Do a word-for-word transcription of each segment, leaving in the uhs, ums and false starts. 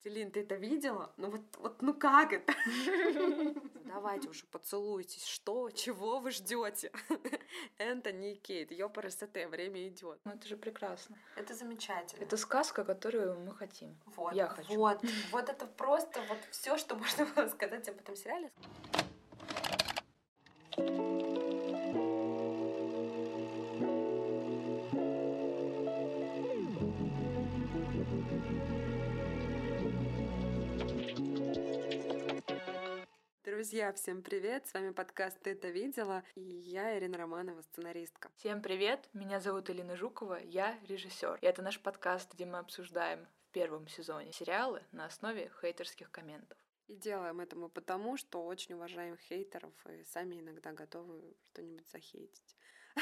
Лин, ты это видела? Ну вот, вот ну как это? Давайте уже поцелуйтесь. Что? Чего вы ждете? Энтони и Кейт, ёпарасоте, время идет. Ну это же прекрасно. Это замечательно. Это сказка, которую мы хотим. Вот, Я хочу. Вот, вот это просто вот все, что можно было сказать об этом сериале. Друзья, всем привет! С вами подкаст «Ты это видела?» И я, Ирина Романова, сценаристка. Всем привет! Меня зовут Элина Жукова, я режиссер. И это наш подкаст, где мы обсуждаем в первом сезоне сериалы на основе хейтерских комментов. И делаем это мы потому, что очень уважаем хейтеров и сами иногда готовы что-нибудь захейтить.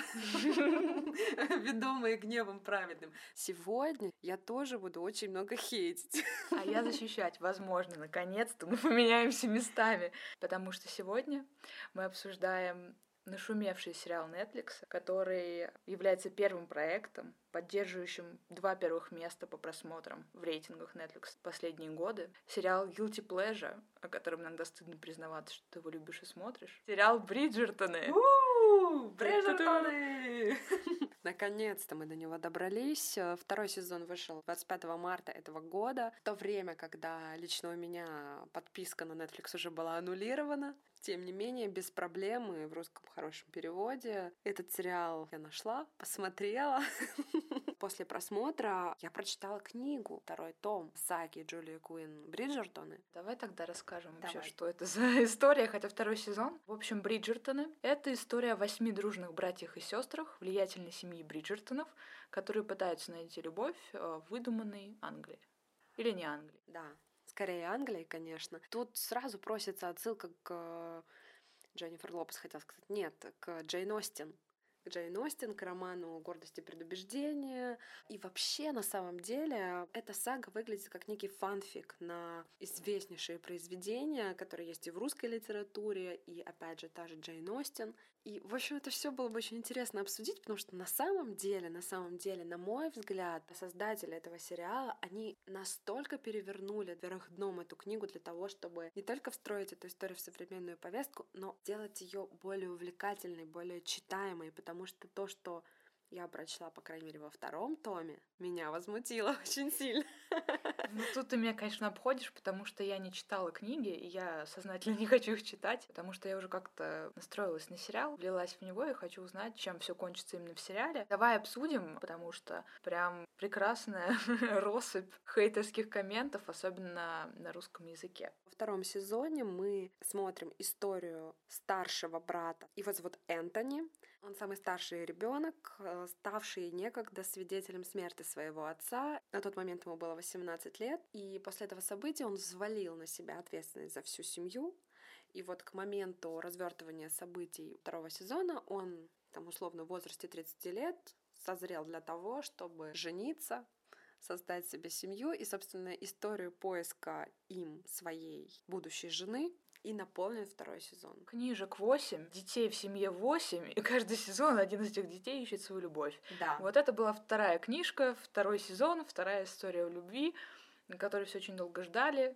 Ведомые гневом праведным. Сегодня я тоже буду очень много хейтить. А я защищать, возможно, наконец-то мы поменяемся местами. Потому что сегодня мы обсуждаем нашумевший сериал Netflix, который является первым проектом, поддерживающим два первых места по просмотрам в рейтингах Netflix последние годы. Сериал Guilty Pleasure, о котором иногда стыдно признаваться, что ты его любишь и смотришь. Сериал Бриджертоны. Бриджертоны! Наконец-то мы до него добрались. Второй сезон вышел двадцать пятого марта этого года, в то время, когда лично у меня подписка на Netflix уже была аннулирована. Тем не менее, без проблем и в русском хорошем переводе этот сериал я нашла, посмотрела. После просмотра я прочитала книгу, второй том саги Джулии Куин «Бриджертоны». Давай тогда расскажем вообще, Давай. Что это за история, хотя второй сезон. В общем, Бриджертоны — это история о восьми дружных братьях и сестрах влиятельной семьи Бриджертонов, которые пытаются найти любовь в выдуманной Англии. Или не Англии. Да. Скорее Англии, конечно. Тут сразу просится отсылка к Дженнифер Лопес, хотела сказать. Нет, к Джейн Остин. К Джейн Остин, к роману «Гордость и предубеждение». И вообще, на самом деле, эта сага выглядит как некий фанфик на известнейшие произведения, которые есть и в русской литературе, и, опять же, та же Джейн Остин. И, в общем, это все было бы очень интересно обсудить, потому что на самом деле, на самом деле, на мой взгляд, создатели этого сериала, они настолько перевернули вверх дном эту книгу для того, чтобы не только встроить эту историю в современную повестку, но сделать ее более увлекательной, более читаемой, потому что то, что я прочла, по крайней мере, во втором томе, меня возмутило очень сильно. Ну, тут ты меня, конечно, обходишь, потому что я не читала книги, и я сознательно не хочу их читать, потому что я уже как-то настроилась на сериал, влилась в него и хочу узнать, чем все кончится именно в сериале. Давай обсудим, потому что прям прекрасная россыпь хейтерских комментов, особенно на русском языке. Во втором сезоне мы смотрим историю старшего брата. Его зовут Энтони. Он самый старший ребенок, ставший некогда свидетелем смерти своего отца. На тот момент ему было восемнадцать лет. И после этого события он взвалил на себя ответственность за всю семью. И вот к моменту развертывания событий второго сезона он, там, условно, в возрасте тридцати лет созрел для того, чтобы жениться, создать себе семью и, собственно, историю поиска им своей будущей жены и наполнен второй сезон. Книжек восемь, детей в семье восемь, и каждый сезон один из этих детей ищет свою любовь. Да. Вот это была вторая книжка, второй сезон, вторая история о любви, на которую все очень долго ждали,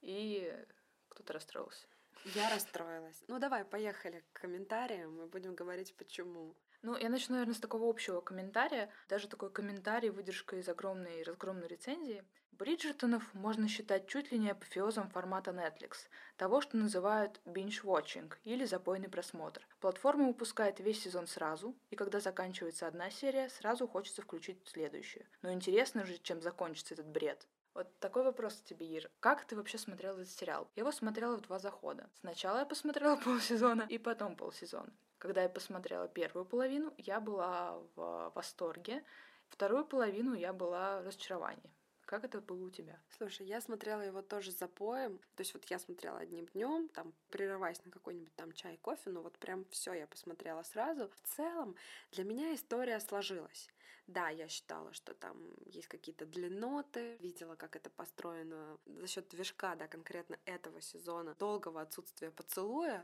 и кто-то расстроился. Я расстроилась. Ну давай, поехали к комментариям, и будем говорить, почему. Ну, я начну, наверное, с такого общего комментария. Даже такой комментарий, выдержка из огромной разгромной рецензии. Бриджертонов можно считать чуть ли не апофеозом формата Netflix, того, что называют binge-watching или запойный просмотр. Платформа выпускает весь сезон сразу, и когда заканчивается одна серия, сразу хочется включить следующую. Но интересно же, чем закончится этот бред. Вот такой вопрос к тебе, Ир. Как ты вообще смотрела этот сериал? Я его смотрела в два захода. Сначала я посмотрела полсезона, и потом полсезона. Когда я посмотрела первую половину, я была в восторге. Вторую половину я была в разочаровании. Как это было у тебя? Слушай, я смотрела его тоже запоем. То есть вот я смотрела одним днем, там, прерываясь на какой-нибудь там чай, кофе, но вот прям все я посмотрела сразу. В целом для меня история сложилась. Да, я считала, что там есть какие-то длинноты, видела, как это построено за счет движка, да, конкретно этого сезона, долгого отсутствия поцелуя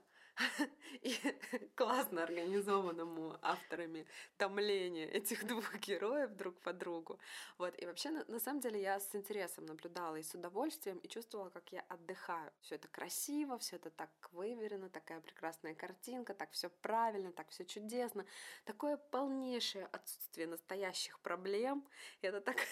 и классно организованному авторами томления этих двух героев друг по другу. Вот, и вообще, на, на самом деле, я с интересом наблюдала и с удовольствием, и чувствовала, как я отдыхаю. Все это красиво, все это так выверено, такая прекрасная картинка, так все правильно, так все чудесно. Такое полнейшее отсутствие настоящих проблем. И это так...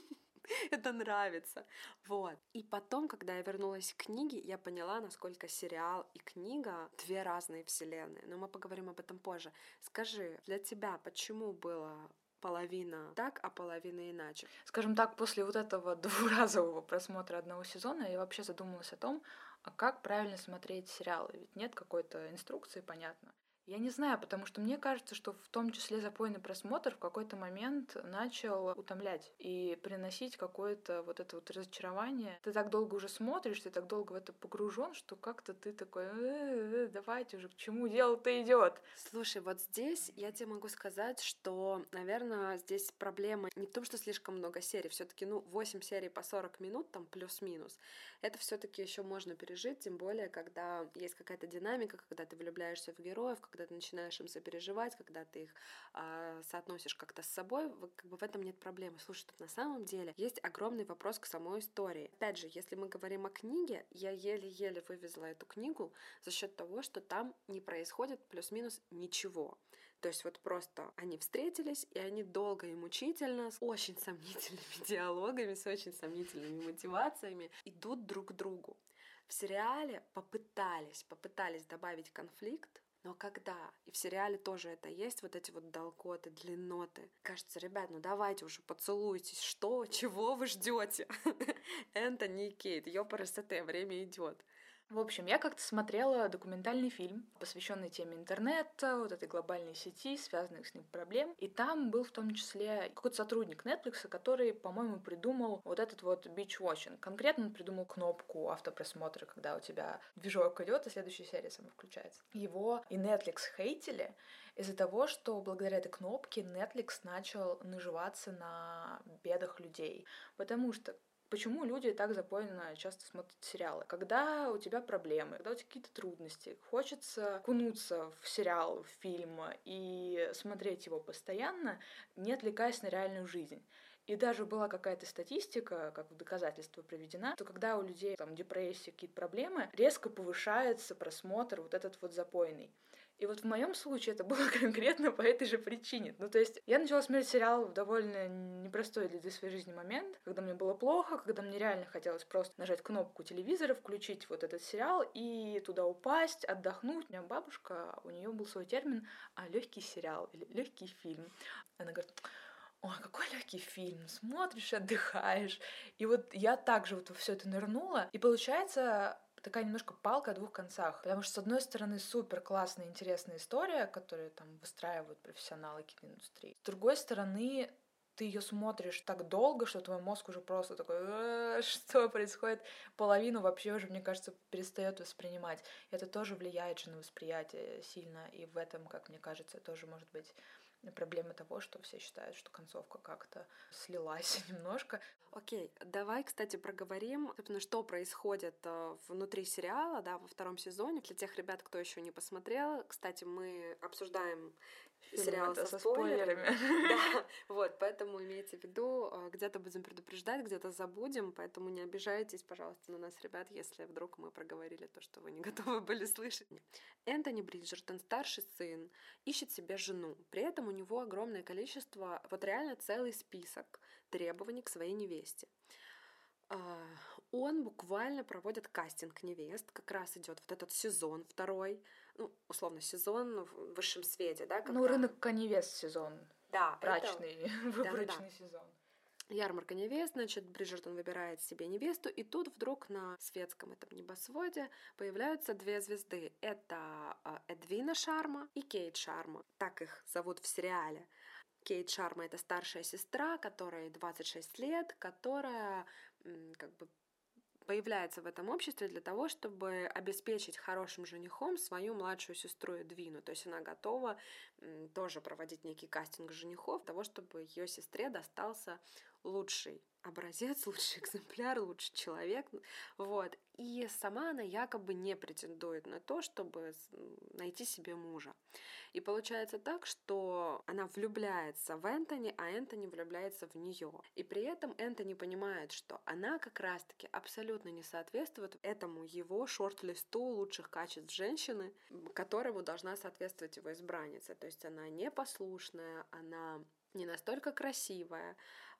Это нравится. Вот. И потом, когда я вернулась к книге, я поняла, насколько сериал и книга — две разные вселенные. Но мы поговорим об этом позже. Скажи, для тебя почему было половина так, а половина иначе? Скажем так, после вот этого двуразового просмотра одного сезона я вообще задумалась о том, а как правильно смотреть сериалы. Ведь нет какой-то инструкции, понятно. Я не знаю, потому что мне кажется, что в том числе запойный просмотр в какой-то момент начал утомлять и приносить какое-то вот это вот разочарование. Ты так долго уже смотришь, ты так долго в это погружен, что как-то ты такой, э-э-э, давайте уже, к чему дело-то идет. Слушай, вот здесь я тебе могу сказать, что, наверное, здесь проблема не в том, что слишком много серий. Все-таки, ну, восемь серий по сорок минут, там плюс-минус. Это все-таки еще можно пережить, тем более, когда есть какая-то динамика, когда ты влюбляешься в героев, когда ты начинаешь им сопереживать, когда ты их э, соотносишь как-то с собой, как бы в этом нет проблемы. Слушай, тут на самом деле есть огромный вопрос к самой истории. Опять же, если мы говорим о книге, я еле-еле вывезла эту книгу за счет того, что там не происходит плюс-минус ничего. То есть вот просто они встретились, и они долго и мучительно, с очень сомнительными диалогами, с очень сомнительными мотивациями идут друг к другу. В сериале попытались, попытались добавить конфликт, но когда? И в сериале тоже это есть, вот эти вот долготы, длинноты. Кажется, ребят, ну давайте уже поцелуйтесь. Что? Чего вы ждете? Энтони и Кейт, ёпарасоте, время идет. В общем, я как-то смотрела документальный фильм, посвященный теме интернета, вот этой глобальной сети, связанных с ним проблем. И там был в том числе какой-то сотрудник Netflix, который, по-моему, придумал вот этот вот binge-watching. Конкретно он придумал кнопку автопросмотра, когда у тебя движок идет, и следующая серия сама включается. Его и Netflix хейтили из-за того, что благодаря этой кнопке Netflix начал наживаться на бедах людей. Потому что почему люди так запойно часто смотрят сериалы? Когда у тебя проблемы, когда у тебя какие-то трудности, хочется окунуться в сериал, в фильм и смотреть его постоянно, не отвлекаясь на реальную жизнь. И даже была какая-то статистика, как в доказательство приведена, что когда у людей там депрессия, какие-то проблемы, резко повышается просмотр вот этот вот запойный. И вот в моем случае это было конкретно по этой же причине. Ну, то есть я начала смотреть сериал в довольно непростой для своей жизни момент, когда мне было плохо, когда мне реально хотелось просто нажать кнопку телевизора, включить вот этот сериал и туда упасть, отдохнуть. У меня бабушка, у нее был свой термин легкий сериал или легкий фильм. Она говорит: ой, какой легкий фильм, смотришь, отдыхаешь. И вот я также вот во все это нырнула, и получается такая немножко палка о двух концах. Потому что, с одной стороны, супер классная, интересная история, которую там выстраивают профессионалы киноиндустрии. С другой стороны, ты ее смотришь так долго, что твой мозг уже просто такой, что происходит, половину вообще уже, мне кажется, перестает воспринимать. И это тоже влияет же на восприятие сильно, и в этом, как мне кажется, тоже может быть проблема того, что все считают, что концовка как-то слилась немножко. Окей, давай, кстати, проговорим, собственно, что происходит внутри сериала, да, во втором сезоне. Для тех ребят, кто еще не посмотрел, кстати, мы обсуждаем Фильм сериал со, со спойлерами. спойлерами. Да, вот, поэтому имейте в виду, где-то будем предупреждать, где-то забудем, поэтому не обижайтесь, пожалуйста, на нас, ребят, если вдруг мы проговорили то, что вы не готовы были слышать. Энтони Бриджертон, старший сын, ищет себе жену. При этом у него огромное количество, вот реально целый список требований к своей невесте. Он буквально проводит кастинг невест, как раз идет вот этот сезон второй, ну, условно, сезон в высшем свете, да? Когда... Ну, рынок невест сезон. Да, брачный, это... выборочный да, да. сезон. Ярмарка невест, значит, Бриджертон выбирает себе невесту, и тут вдруг на светском этом небосводе появляются две звезды. Это Эдвина Шарма и Кейт Шарма. Так их зовут в сериале. Кейт Шарма — это старшая сестра, которой двадцать шесть лет, которая как бы появляется в этом обществе для того, чтобы обеспечить хорошим женихом свою младшую сестру Эдвину. То есть она готова м, тоже проводить некий кастинг женихов, для того, чтобы ее сестре достался лучший образец, лучший экземпляр, лучший человек. Вот. И сама она якобы не претендует на то, чтобы найти себе мужа. И получается так, что она влюбляется в Энтони, а Энтони влюбляется в нее. И при этом Энтони понимает, что она как раз-таки абсолютно не соответствует этому его шорт-листу лучших качеств женщины, которому должна соответствовать его избранница. То есть она непослушная, она не настолько красивая,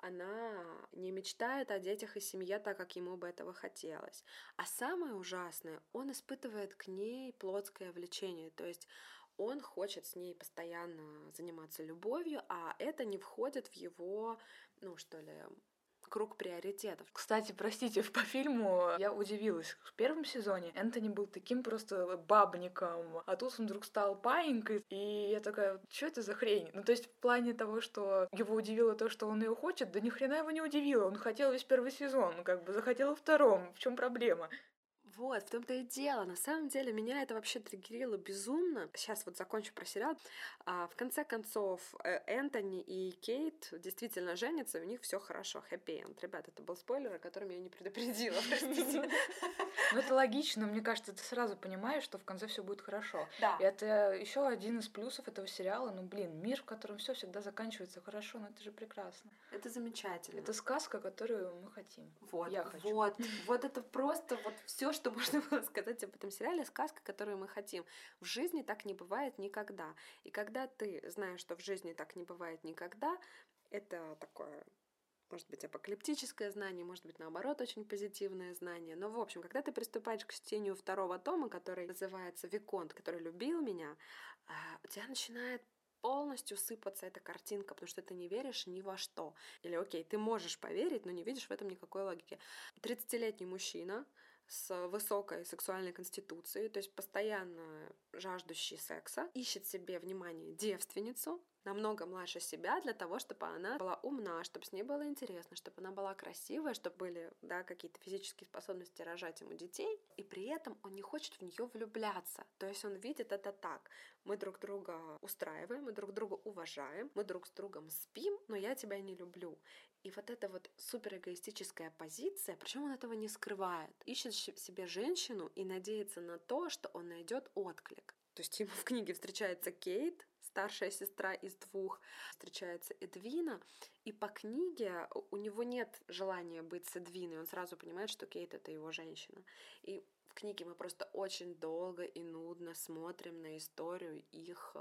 она не мечтает о детях и семье так, как ему бы этого хотелось. А самое ужасное, он испытывает к ней плотское влечение, то есть он хочет с ней постоянно заниматься любовью, а это не входит в его, ну что ли, круг приоритетов. Кстати, простите, по фильму я удивилась. В первом сезоне Энтони был таким просто бабником, а тут он вдруг стал паинькой, и я такая, что это за хрень? Ну, то есть в плане того, что его удивило то, что он ее хочет, да ни хрена его не удивило. Он хотел весь первый сезон, как бы захотел во втором. В чем проблема? Вот, в том-то и дело. На самом деле меня это вообще триггерило безумно. Сейчас вот закончу про сериал. А, в конце концов, э, Энтони и Кейт действительно женятся, и у них все хорошо, хэппи-энд. Ребят, это был спойлер, о котором я не предупредила, простите. Ну, это логично, мне кажется, ты сразу понимаешь, что в конце все будет хорошо. Да. И это еще один из плюсов этого сериала. Ну, блин, мир, в котором все всегда заканчивается хорошо, ну это же прекрасно. Это замечательно. Это сказка, которую мы хотим. Вот, Я хочу. вот, вот это просто вот все, что можно было сказать об этом сериале, сказка, которую мы хотим. В жизни так не бывает никогда. И когда ты знаешь, что в жизни так не бывает никогда, это такое, может быть, апокалиптическое знание, может быть, наоборот, очень позитивное знание. Но, в общем, когда ты приступаешь к чтению второго тома, который называется «Виконт», который любил меня, у тебя начинает полностью сыпаться эта картинка, потому что ты не веришь ни во что. Или, окей, ты можешь поверить, но не видишь в этом никакой логики. тридцатилетний мужчина с высокой сексуальной конституцией, то есть постоянно жаждущий секса, ищет себе, внимание, девственницу, намного младше себя, для того, чтобы она была умна, чтобы с ней было интересно, чтобы она была красивая, чтобы были, да, какие-то физические способности рожать ему детей, и при этом он не хочет в нее влюбляться. То есть он видит это так: мы друг друга устраиваем, мы друг друга уважаем, мы друг с другом спим, но я тебя не люблю. И вот эта вот суперэгоистическая позиция, причем он этого не скрывает, ищет себе женщину и надеется на то, что он найдет отклик. То есть ему в книге встречается Кейт, старшая сестра из двух, встречается Эдвина, и по книге у него нет желания быть с Эдвиной, он сразу понимает, что Кейт — это его женщина. И в книге мы просто очень долго и нудно смотрим на историю их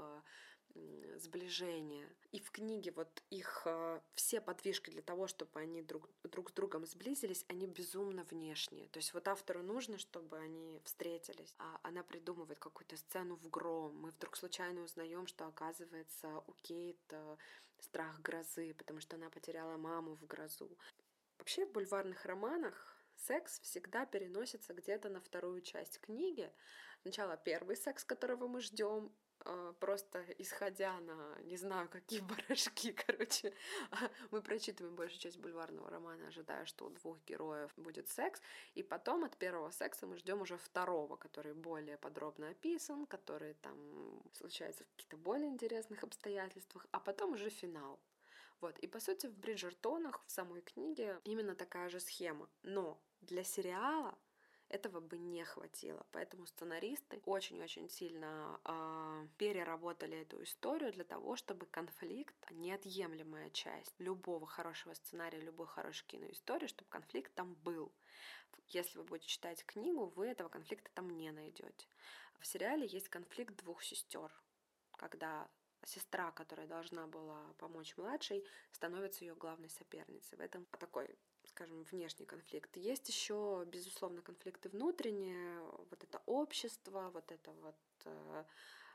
сближения. И в книге вот их э, все подвижки для того, чтобы они друг, друг с другом сблизились, они безумно внешние. То есть вот автору нужно, чтобы они встретились. А она придумывает какую-то сцену в гром. Мы вдруг случайно узнаем, что, оказывается, у Кейт э, страх грозы, потому что она потеряла маму в грозу. Вообще в бульварных романах секс всегда переносится где-то на вторую часть книги. Сначала первый секс, которого мы ждем, просто исходя на, не знаю, какие барашки, короче, мы прочитываем большую часть бульварного романа, ожидая, что у двух героев будет секс, и потом от первого секса мы ждем уже второго, который более подробно описан, который там случается в каких-то более интересных обстоятельствах, а потом уже финал. Вот. И, по сути, в «Бриджертонах», в самой книге, именно такая же схема. Но для сериала этого бы не хватило. Поэтому сценаристы очень-очень сильно э, переработали эту историю для того, чтобы конфликт, неотъемлемая часть любого хорошего сценария, любой хорошей киноистории, чтобы конфликт там был. Если вы будете читать книгу, вы этого конфликта там не найдете. В сериале есть конфликт двух сестер, когда сестра, которая должна была помочь младшей, становится ее главной соперницей. В этом такой, скажем, внешний конфликт. Есть еще, безусловно, конфликты внутренние, вот это общество, вот это вот,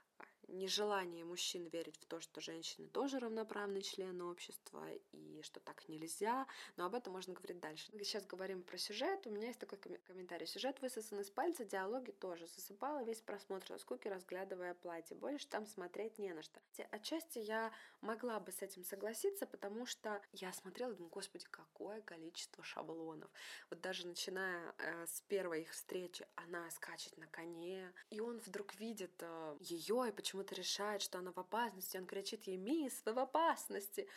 нежелание мужчин верить в то, что женщины тоже равноправный член общества и что так нельзя, но об этом можно говорить дальше. Мы сейчас говорим про сюжет, у меня есть такой ком- комментарий. Сюжет высосан из пальца, диалоги тоже. Засыпала весь просмотр со скуки, разглядывая платье. Больше там смотреть не на что. Отчасти я могла бы с этим согласиться, потому что я смотрела и думаю, господи, какое количество шаблонов. Вот даже начиная э, с первой их встречи, она скачет на коне, и он вдруг видит э, ее и почему-то решает, что она в опасности. Он кричит ей: «Мисс, вы в опасности!»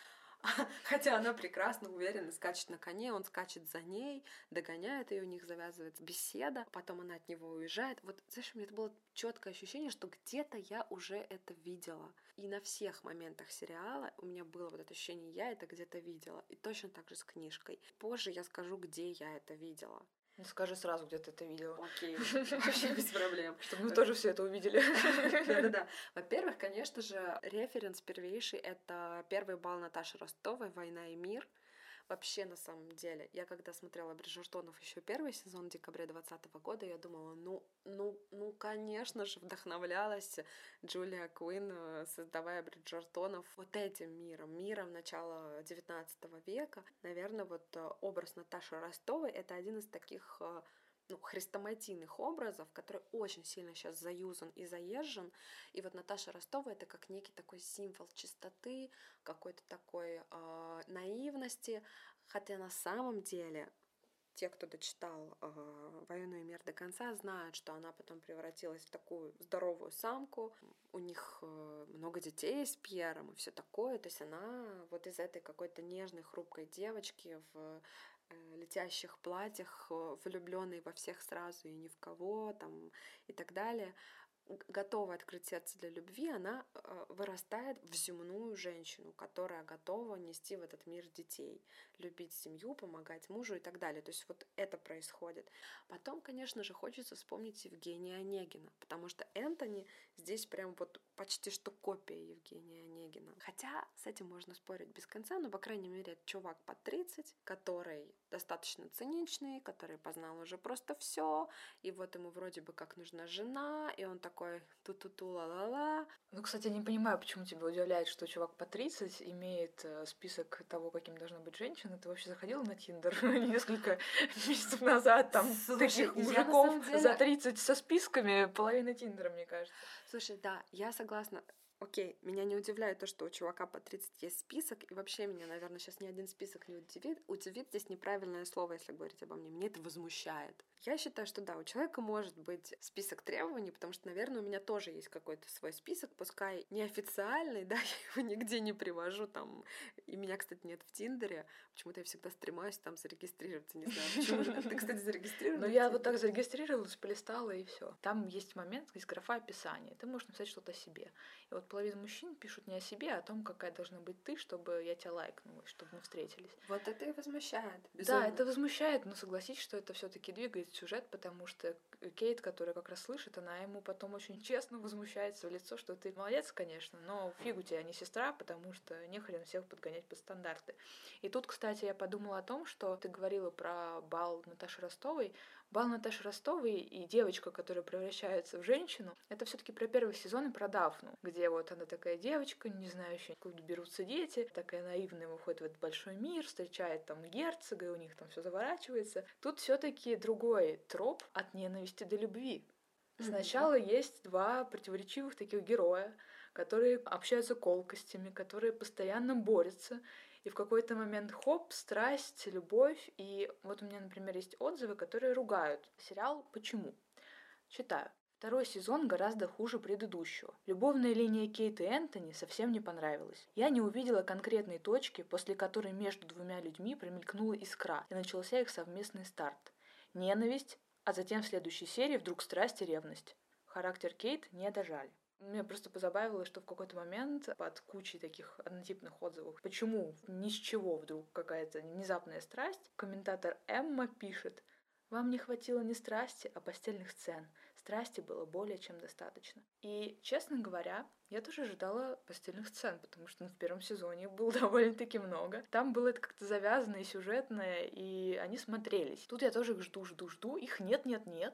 Хотя она прекрасно, уверенно скачет на коне, он скачет за ней, догоняет ее, у них завязывается беседа, потом она от него уезжает. Вот, знаешь, у меня это было четкое ощущение, что где-то я уже это видела. И на всех моментах сериала у меня было вот это ощущение, я это где-то видела. И точно так же с книжкой. Позже я скажу, где я это видела. Ну, скажи сразу, где ты это видела. Окей, вообще без проблем. Чтобы мы тоже все это увидели. Да-да-да. Во-первых, конечно же, референс первейший — это первый бал Наташи Ростовой «Война и мир». Вообще, на самом деле, я когда смотрела «Бриджертонов» еще первый сезон в декабре двадцатого года, я думала, ну, ну, ну, конечно же, вдохновлялась Джулия Куин, создавая «Бриджертонов» вот этим миром, миром начала девятнадцатого века. Наверное, вот образ Наташи Ростовой — это один из таких ну, хрестоматийных образов, который очень сильно сейчас заюзан и заезжен. И вот Наташа Ростова — это как некий такой символ чистоты, какой-то такой э, наивности. Хотя на самом деле те, кто дочитал э, «Войну и мир» до конца, знают, что она потом превратилась в такую здоровую самку. У них э, много детей с Пьером и все такое. То есть она вот из этой какой-то нежной, хрупкой девочки в летящих платьях, влюбленной во всех сразу и ни в кого, там, и так далее, готова открыть сердце для любви, она вырастает в земную женщину, которая готова нести в этот мир детей, любить семью, помогать мужу и так далее. То есть вот это происходит. Потом, конечно же, хочется вспомнить Евгения Онегина, потому что Энтони здесь прям вот почти что копия Евгения Онегина. Хотя с этим можно спорить без конца, но, по крайней мере, это чувак под тридцать, который достаточно циничный, который познал уже просто все, и вот ему вроде бы как нужна жена, и он такой ту-ту-ту, ла-ла-ла. Ну, кстати, не понимаю, почему тебя удивляет, что чувак по тридцать имеет список того, каким должна быть женщина. Ты вообще заходила на Тиндер несколько месяцев назад? Там таких мужиков деле... за тридцать со списками, половина Тиндера, мне кажется. Слушай, да, я согласна. Окей, меня не удивляет то, что у чувака по тридцать есть список, и вообще меня, наверное, сейчас ни один список не удивит. Удивит здесь неправильное слово, если говорить обо мне. Мне это возмущает. Я считаю, что да, у человека может быть список требований, потому что, наверное, у меня тоже есть какой-то свой список, пускай неофициальный, да, я его нигде не привожу, там, и меня, кстати, нет в Тиндере, почему-то я всегда стремаюсь там зарегистрироваться, не знаю, почему же. Ты, кстати, зарегистрирована? Ну, я вот так зарегистрировалась, полистала, и все. Там есть момент, есть графа описания, ты можешь написать что-то о себе. И вот половина мужчин пишут не о себе, а о том, какая должна быть ты, чтобы я тебя лайкнула, чтобы мы встретились. Вот это и возмущает. Безумно. Да, это возмущает, но согласись, что это все-таки двигает сюжет, потому что Кейт, которая как раз слышит, она ему потом очень честно возмущается в лицо, что ты молодец, конечно, но фиг у тебя не сестра, потому что нехрен всех подгонять под стандарты. И тут, кстати, я подумала о том, что ты говорила про бал Наташи Ростовой. Бал Наташи Ростовой и девочка, которая превращается в женщину, это все-таки про первый сезон и про Дафну, где вот она такая девочка, не знающая, откуда берутся дети, такая наивная, выходит в этот большой мир, встречает там герцога, и у них там все заворачивается. Тут все-таки другой троп от ненависти до любви. Сначала mm-hmm. есть два противоречивых таких героя, которые общаются колкостями, которые постоянно борются. И в какой-то момент хоп, страсть, любовь. И вот у меня, например, есть отзывы, которые ругают сериал. Почему? Читаю. Второй сезон гораздо хуже предыдущего. Любовная линия Кейт и Энтони совсем не понравилась. Я не увидела конкретной точки, после которой между двумя людьми промелькнула искра, и начался их совместный старт. Ненависть, а затем в следующей серии вдруг страсть и ревность. Характер Кейт не дожали. Меня просто позабавило, что в какой-то момент под кучей таких однотипных отзывов, почему ни с чего вдруг какая-то внезапная страсть, комментатор Эмма пишет: «Вам не хватило не страсти, а постельных сцен. Страсти было более чем достаточно». И, честно говоря, я тоже ожидала постельных сцен, потому что ну, в первом сезоне было довольно-таки много. Там было это как-то завязано и сюжетное, и они смотрелись. Тут я тоже их жду, жду, жду. Их нет, нет, нет.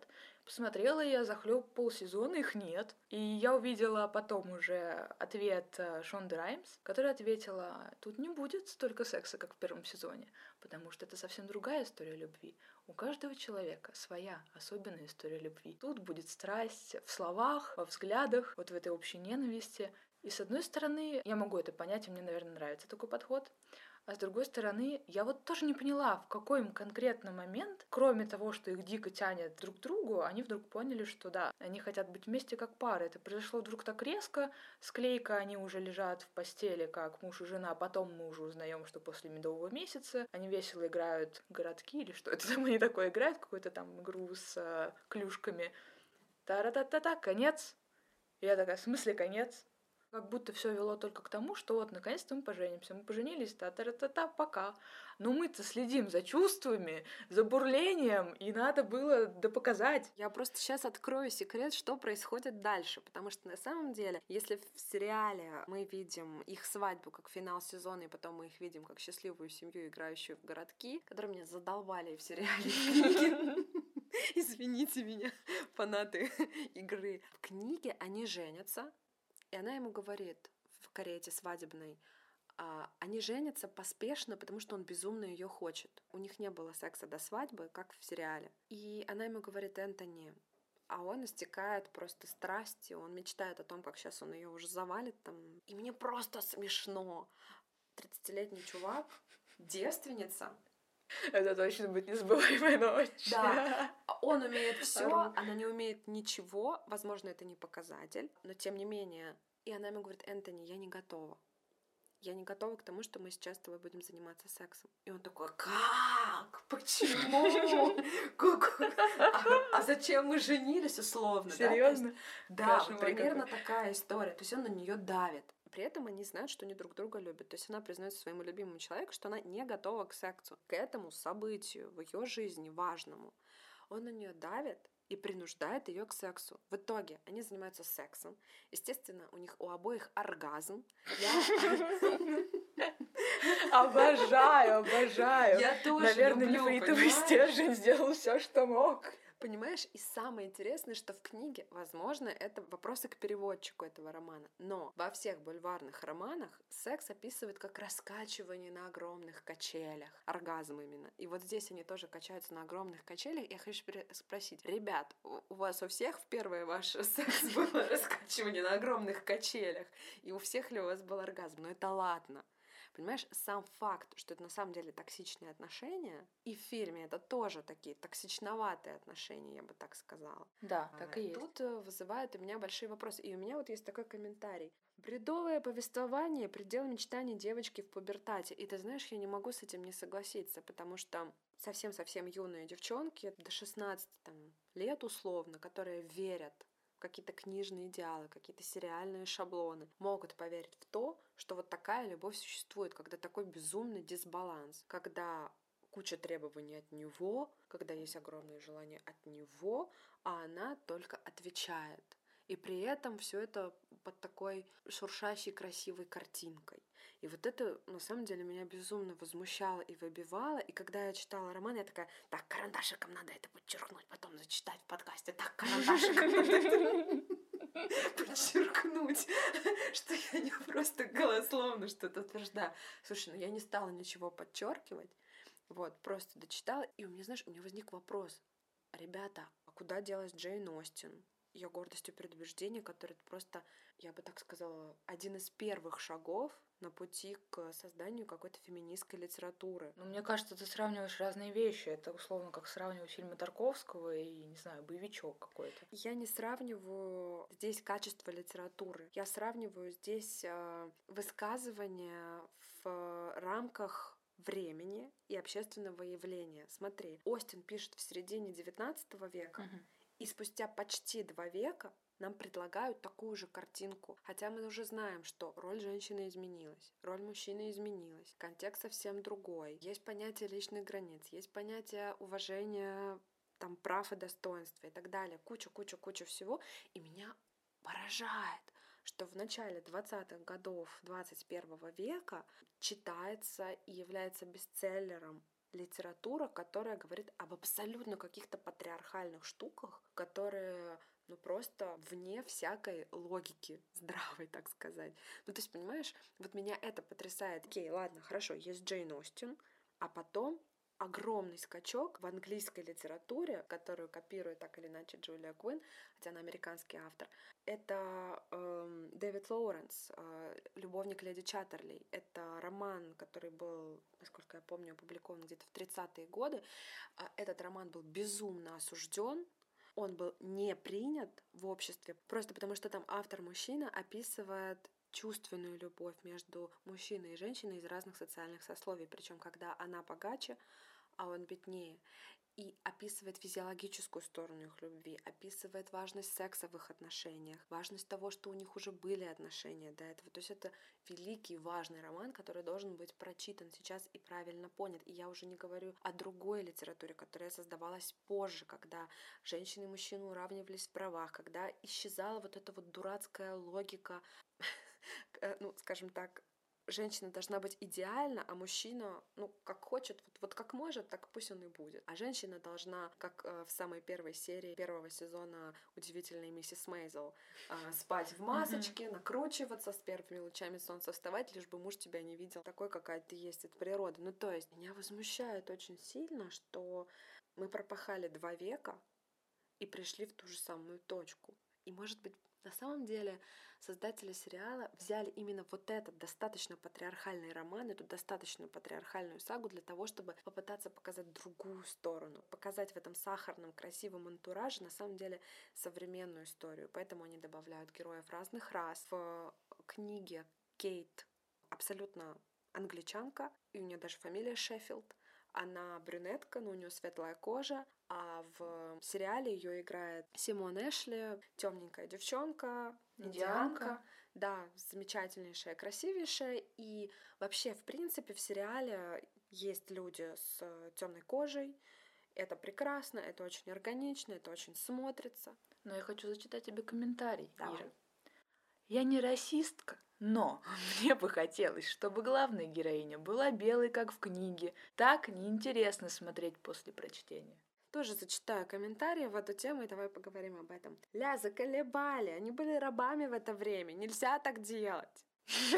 Посмотрела я захлеб полсезона, их нет. И я увидела потом уже ответ э, Шонды Раймс, которая ответила: тут не будет столько секса, как в первом сезоне, потому что это совсем другая история любви. У каждого человека своя особенная история любви. Тут будет страсть в словах, во взглядах, вот в этой общей ненависти. И с одной стороны, я могу это понять, и мне, наверное, нравится такой подход. А с другой стороны, я вот тоже не поняла, в какой им конкретно момент, кроме того, что их дико тянет друг к другу, они вдруг поняли, что да, они хотят быть вместе как пара. Это произошло вдруг так резко, склейка, они уже лежат в постели, как муж и жена, а потом мы уже узнаем, что после медового месяца они весело играют в городки, или что это там они такое играют, какую-то там игру с э, клюшками. Та-ра-та-та-та, конец. И я такая: в смысле конец? Как будто все вело только к тому, что вот наконец-то мы поженимся. Мы поженились, та-та-та-та, пока. Но мы-то следим за чувствами, за бурлением, и надо было допоказать. Я просто сейчас открою секрет, что происходит дальше, потому что на самом деле, если в сериале мы видим их свадьбу как финал сезона, и потом мы их видим как счастливую семью, играющую в городки, которые меня задолбали и в сериале, и в книге. Извините меня, фанаты игры. В книге они женятся, и она ему говорит в карете свадебной, а, они женятся поспешно, потому что он безумно ее хочет. У них не было секса до свадьбы, как в сериале. И она ему говорит: Энтони, а он истекает просто страстью, он мечтает о том, как сейчас он ее уже завалит там. И мне просто смешно. тридцатилетний чувак, девственница. Это точно будет незабываемая ночь. Да, он умеет все, она не умеет ничего. Возможно, это не показатель, но тем не менее. И она ему говорит: Энтони, я не готова. Я не готова к тому, что мы сейчас с тобой будем заниматься сексом. И он такой: как? Почему? Как? А, а зачем мы женились условно? Серьезно? Да, да, вот примерно такая история. То есть он на нее давит. При этом они знают, что они друг друга любят. То есть она признается своему любимому человеку, что она не готова к сексу, к этому событию в ее жизни важному. Он на нее давит и принуждает ее к сексу. В итоге они занимаются сексом. Естественно, у них у обоих оргазм. Обожаю, обожаю. Я тоже Наверное, люблю, нефритовый стержень сделал все, что мог. Понимаешь, и самое интересное, что в книге, возможно, это вопросы к переводчику этого романа, но во всех бульварных романах секс описывают как раскачивание на огромных качелях, оргазм именно. И вот здесь они тоже качаются на огромных качелях. Я хочу спросить: ребят, у вас у всех в первый ваш секс было раскачивание на огромных качелях? И у всех ли у вас был оргазм? Но это ладно. Понимаешь, сам факт, что это на самом деле токсичные отношения, и в фильме это тоже такие токсичноватые отношения, я бы так сказала. Да, так и есть. Тут вызывает у меня большие вопросы. И у меня вот есть такой комментарий. Бредовое повествование — предел мечтаний девочки в пубертате. И ты знаешь, я не могу с этим не согласиться, потому что совсем-совсем юные девчонки, до шестнадцати там, лет условно, которые верят какие-то книжные идеалы, какие-то сериальные шаблоны, могут поверить в то, что вот такая любовь существует, когда такой безумный дисбаланс, когда куча требований от него, когда есть огромное желание от него, а она только отвечает. И при этом все это под такой шуршащей красивой картинкой. И вот это, на самом деле, меня безумно возмущало и выбивало. И когда я читала роман, я такая: так, карандашиком надо это подчеркнуть, потом зачитать в подкасте. Так, карандашиком надо это подчеркнуть, что я не просто голословно что-то утверждаю. Слушай, ну я не стала ничего подчеркивать. Вот, просто дочитала. И у меня, знаешь, у меня возник вопрос: ребята, а куда делась Джейн Остин? Ее гордость и предубеждение, который просто, я бы так сказала, один из первых шагов на пути к созданию какой-то феминистской литературы. Ну, мне кажется, ты сравниваешь разные вещи. Это условно как сравнивать фильмы Тарковского и, не знаю, боевичок какой-то. Я не сравниваю здесь качество литературы. Я сравниваю здесь э, высказывания в рамках времени и общественного явления. Смотри, Остин пишет в середине девятнадцатого века, uh-huh. и спустя почти два века нам предлагают такую же картинку. Хотя мы уже знаем, что роль женщины изменилась, роль мужчины изменилась, контекст совсем другой. Есть понятие личных границ, есть понятие уважения, там, прав и достоинства и так далее. Куча-куча-куча всего. И меня поражает, что в начале двадцатых годов двадцать первого века читается и является бестселлером литература, которая говорит об абсолютно каких-то патриархальных штуках, которые, ну, просто вне всякой логики здравой, так сказать. Ну, то есть, понимаешь, вот меня это потрясает. Окей, ладно, хорошо, есть Джейн Остин, а потом огромный скачок в английской литературе, которую копирует так или иначе Джулия Куин, хотя она американский автор. Это э, Дэвид Лоуренс, э, «Любовник леди Чаттерли». Это роман, который был, насколько я помню, опубликован где-то в тридцатые годы. Этот роман был безумно осужден. Он был не принят в обществе, просто потому что там автор-мужчина описывает чувственную любовь между мужчиной и женщиной из разных социальных сословий, причем когда она богаче, а он беднее, и описывает физиологическую сторону их любви, описывает важность секса в их отношениях, важность того, что у них уже были отношения до этого. То есть это великий, важный роман, который должен быть прочитан сейчас и правильно понят. И я уже не говорю о другой литературе, которая создавалась позже, когда женщины и мужчины уравнивались в правах, когда исчезала вот эта вот дурацкая логика, ну, скажем так, женщина должна быть идеальна, а мужчина, ну, как хочет, вот, вот как может, так пусть он и будет. А женщина должна, как э, в самой первой серии первого сезона «Удивительной миссис Мейзел», э, спать в масочке, накручиваться, с первыми лучами солнца вставать, лишь бы муж тебя не видел такой, какая ты есть от природы. Ну, то есть меня возмущает очень сильно, что мы пропахали два века и пришли в ту же самую точку. И, может быть, на самом деле создатели сериала взяли именно вот этот достаточно патриархальный роман, эту достаточно патриархальную сагу для того, чтобы попытаться показать другую сторону, показать в этом сахарном, красивом антураже на самом деле современную историю. Поэтому они добавляют героев разных рас. В книге Кейт абсолютно англичанка, и у нее даже фамилия Шеффилд. Она брюнетка, но у нее светлая кожа, а в сериале ее играет Симон Эшли, темненькая девчонка, индианка. индианка. Да, замечательнейшая, красивейшая. И вообще, в принципе, в сериале есть люди с темной кожей. Это прекрасно, это очень органично, это очень смотрится. Но я хочу зачитать тебе комментарий, Давай. Ира. Я не расистка, но мне бы хотелось, чтобы главная героиня была белой, как в книге. Так неинтересно смотреть после прочтения. Тоже зачитаю комментарии в эту тему, и давай поговорим об этом. Ля, заколебали, они были рабами в это время, нельзя так делать.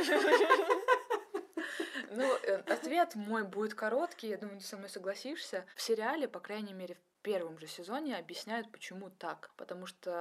Ну, ответ мой будет короткий, я думаю, ты со мной согласишься. В сериале, по крайней мере, в первом же сезоне объясняют, почему так. Потому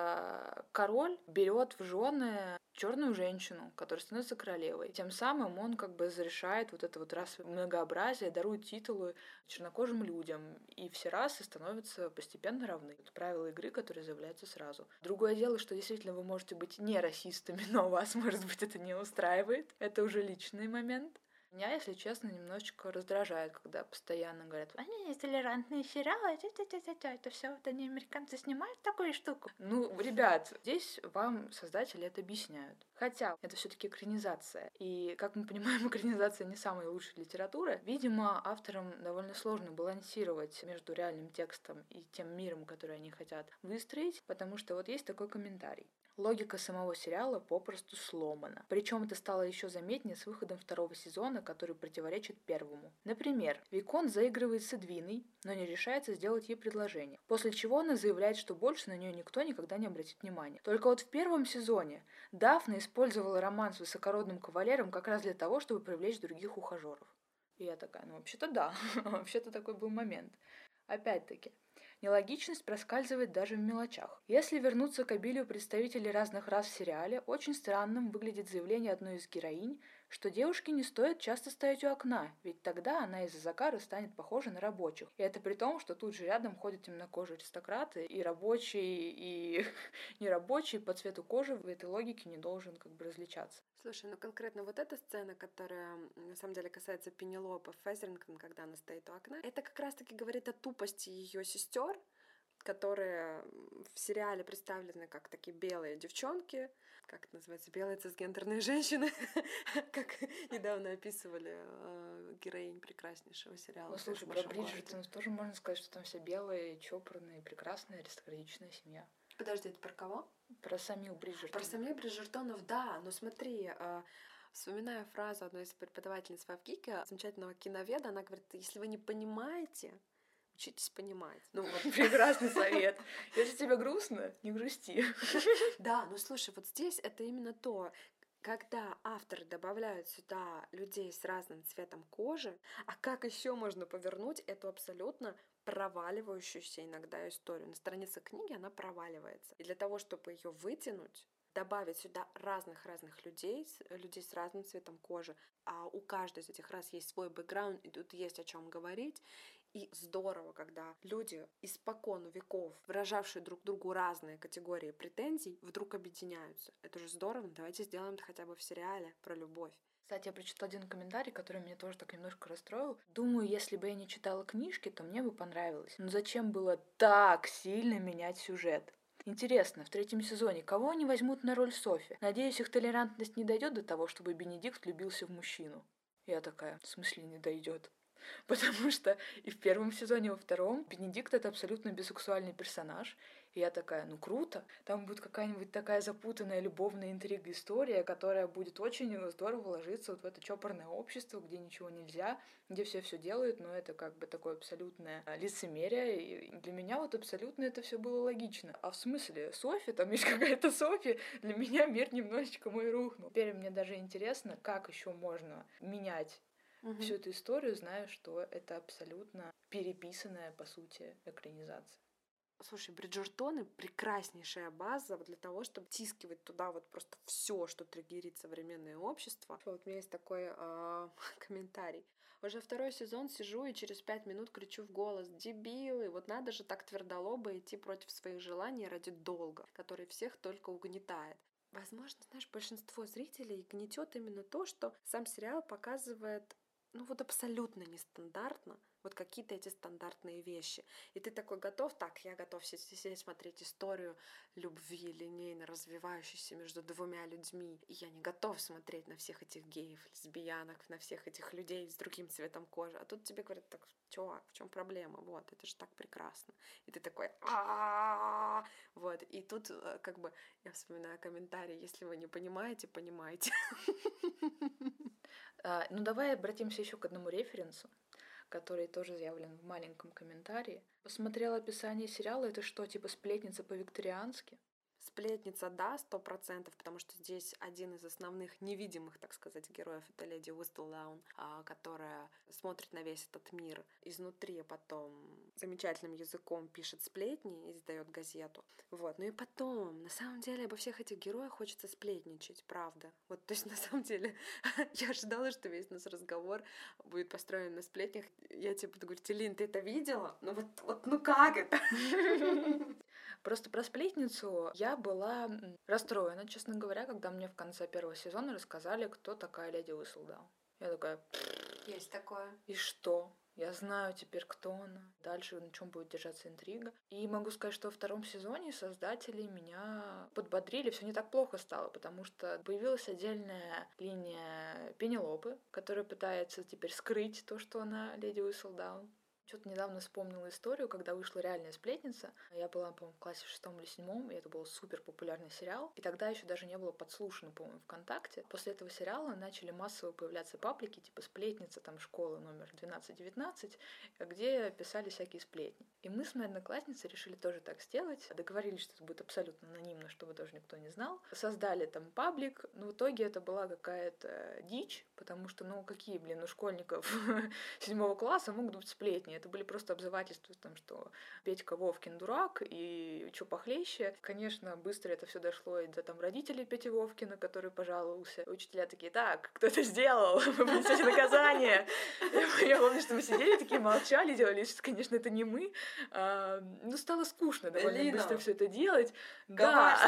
что король берет в жены черную женщину, которая становится королевой. Тем самым он как бы разрешает вот это вот расовое многообразие, дарует титулы чернокожим людям, и все расы становятся постепенно равны. Это правила игры, которые заявляются сразу. Другое дело, что действительно вы можете быть не расистами, но вас, может быть, это не устраивает. Это уже личный момент. Меня, если честно, немножечко раздражает, когда постоянно говорят, они есть толерантные сериалы, это все, это не американцы снимают такую штуку. Ну, ребят, здесь вам создатели это объясняют. Хотя это все-таки экранизация. И, как мы понимаем, экранизация не самая лучшая литература. Видимо, авторам довольно сложно балансировать между реальным текстом и тем миром, который они хотят выстроить, потому что вот есть такой комментарий. Логика самого сериала попросту сломана. Причем это стало еще заметнее с выходом второго сезона, который противоречит первому. Например, Виконт заигрывает с Эдвиной, но не решается сделать ей предложение. После чего она заявляет, что больше на нее никто никогда не обратит внимания. Только вот в первом сезоне Дафна использовала роман с высокородным кавалером как раз для того, чтобы привлечь других ухажеров. И я такая, ну вообще-то да, вообще-то такой был момент. Опять-таки, нелогичность проскальзывает даже в мелочах. Если вернуться к обилию представителей разных рас в сериале, очень странным выглядит заявление одной из героинь, что девушке не стоит часто стоять у окна, ведь тогда она из-за загара станет похожа на рабочих. И это при том, что тут же рядом ходят темнокожие аристократы, и рабочие, и нерабочие по цвету кожи в этой логике не должен как бы различаться. Слушай, ну конкретно вот эта сцена, которая на самом деле касается Пенелопы Фезерингтон, когда она стоит у окна, это как раз-таки говорит о тупости ее сестер, которые в сериале представлены как такие белые девчонки, как это называется, белые цисгендерные женщины, как недавно описывали героинь прекраснейшего сериала. Ну, слушай, про Бриджертон тоже можно сказать, что там все белые, чопорные, прекрасная, аристократичная семья. Подожди, это про кого? Про самих Бриджертонов. Про самих Бриджертонов, да, но смотри, Вспоминаю фразу одной из преподавательниц Фавгика, замечательного киноведа, она говорит: если вы не понимаете, учитесь понимать. Ну вот прекрасный совет. Если тебе грустно, не грусти. Да, ну слушай, вот здесь это именно то, когда авторы добавляют сюда людей с разным цветом кожи, а как еще можно повернуть эту абсолютно проваливающуюся иногда историю? На странице книги она проваливается. И для того, чтобы ее вытянуть, добавить сюда разных-разных людей, людей с разным цветом кожи, а у каждой из этих рас есть свой бэкграунд, и тут есть о чем говорить. И здорово, когда люди, испокон веков, выражавшие друг другу разные категории претензий, вдруг объединяются. Это же здорово, давайте сделаем это хотя бы в сериале про любовь. Кстати, я прочитала один комментарий, который меня тоже так немножко расстроил. Думаю, если бы я не читала книжки, то мне бы понравилось. Но зачем было так сильно менять сюжет? Интересно, в третьем сезоне кого они возьмут на роль Софи? Надеюсь, их толерантность не дойдет до того, чтобы Бенедикт влюбился в мужчину. Я такая, в смысле не дойдет? Потому что и в первом сезоне, и во втором Бенедикт — это абсолютно бисексуальный персонаж. И я такая, ну круто, там будет какая-нибудь такая запутанная любовная интрига, история, которая будет очень здорово ложиться вот в это чопорное общество, где ничего нельзя, где все все делают, но это как бы такое абсолютное лицемерие. И для меня вот абсолютно это все было логично. А в смысле, Софи, там есть какая-то Софи, для меня мир немножечко мой рухнул. Теперь мне даже интересно, как еще можно менять Мгм. всю эту историю, зная, что это абсолютно переписанная, по сути, экранизация. Слушай, Бриджертоны — прекраснейшая база для того, чтобы тискивать туда вот просто все, что триггерит современное общество. Вот у меня есть такой э, комментарий. Уже второй сезон сижу и через пять минут кричу в голос: дебилы, вот надо же так твердолобо идти против своих желаний ради долга, который всех только угнетает. Возможно, знаешь, большинство зрителей гнетет именно то, что сам сериал показывает, ну вот абсолютно нестандартно, вот какие-то эти стандартные вещи. И ты такой готов, так, я готов сидеть смотреть историю любви, линейно развивающейся между двумя людьми. И я не готов смотреть на всех этих геев, лесбиянок, на всех этих людей с другим цветом кожи. А тут тебе говорят: так, чувак, в чем проблема? Вот, это же так прекрасно. И ты такой: а вот. И тут как бы я вспоминаю комментарий: если вы не понимаете, понимаете. Ну давай обратимся еще к одному референсу, который тоже заявлен в маленьком комментарии. Посмотрел описание сериала, это что, типа сплетница по-викториански? Сплетница, да, сто процентов, потому что здесь один из основных невидимых, так сказать, героев — это леди Уистлдаун, которая смотрит на весь этот мир изнутри, потом замечательным языком пишет сплетни и издает газету. Вот. Ну и потом, на самом деле, обо всех этих героях хочется сплетничать, правда. Вот, то есть, на самом деле, я ожидала, что весь наш разговор будет построен на сплетнях. Я тебе буду говорить: Элин, ты это видела? Ну вот, вот ну как это? Просто про сплетницу я была расстроена, честно говоря, когда мне в конце первого сезона рассказали, кто такая леди Уистлдаун. Я такая: есть такое. И что? Я знаю теперь, кто она. Дальше на чем будет держаться интрига. И могу сказать, что во втором сезоне создатели меня подбодрили. Все не так плохо стало, потому что появилась отдельная линия Пенелопы, которая пытается теперь скрыть то, что она леди Уистлдаун. Что-то недавно вспомнила историю, когда вышла реальная сплетница. Я была, по-моему, в классе в шестом или седьмом, и это был супер популярный сериал. И тогда еще даже не было подслушано, по-моему, ВКонтакте. После этого сериала начали массово появляться паблики, типа «Сплетница», там «Школа номер двенадцать девятнадцать», где писали всякие сплетни. И мы с моей одноклассницей решили тоже так сделать. Договорились, что это будет абсолютно анонимно, чтобы тоже никто не знал. Создали там паблик, но в итоге это была какая-то дичь, потому что, ну, какие, блин, у школьников седьмого класса могут быть сплетни. Это были просто обзывательства, там, что Петька Вовкин дурак и что похлеще. Конечно, быстро это все дошло и до там родителей Пети Вовкина, который пожаловался. Учителя такие: так, кто это сделал? Вы понесете наказание. Я помню, что мы сидели такие, молчали, делали, что, конечно, это не мы. Ну, стало скучно довольно быстро все это делать. Да.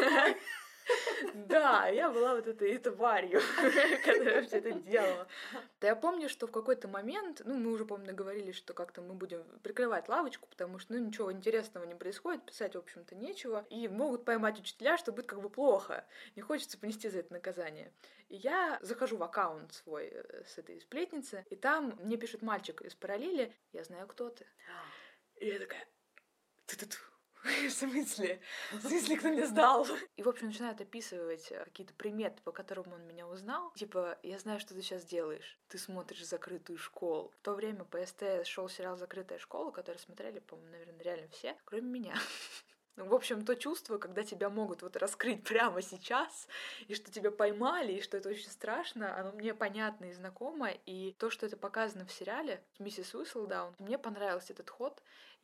Да, я была вот этой тварью, которая все это делала. Да, я помню, что в какой-то момент, ну, мы уже, помню, говорили, что как-то мы будем прикрывать лавочку, потому что, ну, ничего интересного не происходит, писать, в общем-то, нечего, и могут поймать учителя, что будет как бы плохо, не хочется понести за это наказание. И я захожу в аккаунт свой с этой сплетницы, и там мне пишет мальчик из параллели: я знаю, кто ты. И я такая: ту-ту-ту. В смысле? В смысле, кто мне сдал? И, в общем, начинает описывать какие-то приметы, по которым он меня узнал. Типа, я знаю, что ты сейчас делаешь. Ты смотришь «Закрытую школу». В то время по СТС шел сериал «Закрытая школа», который смотрели, по-моему, наверное, реально все, кроме меня. Ну, в общем, то чувство, когда тебя могут вот раскрыть прямо сейчас, и что тебя поймали, и что это очень страшно, оно мне понятно и знакомо. И то, что это показано в сериале «Миссис Уистлдаун», мне понравился этот ход.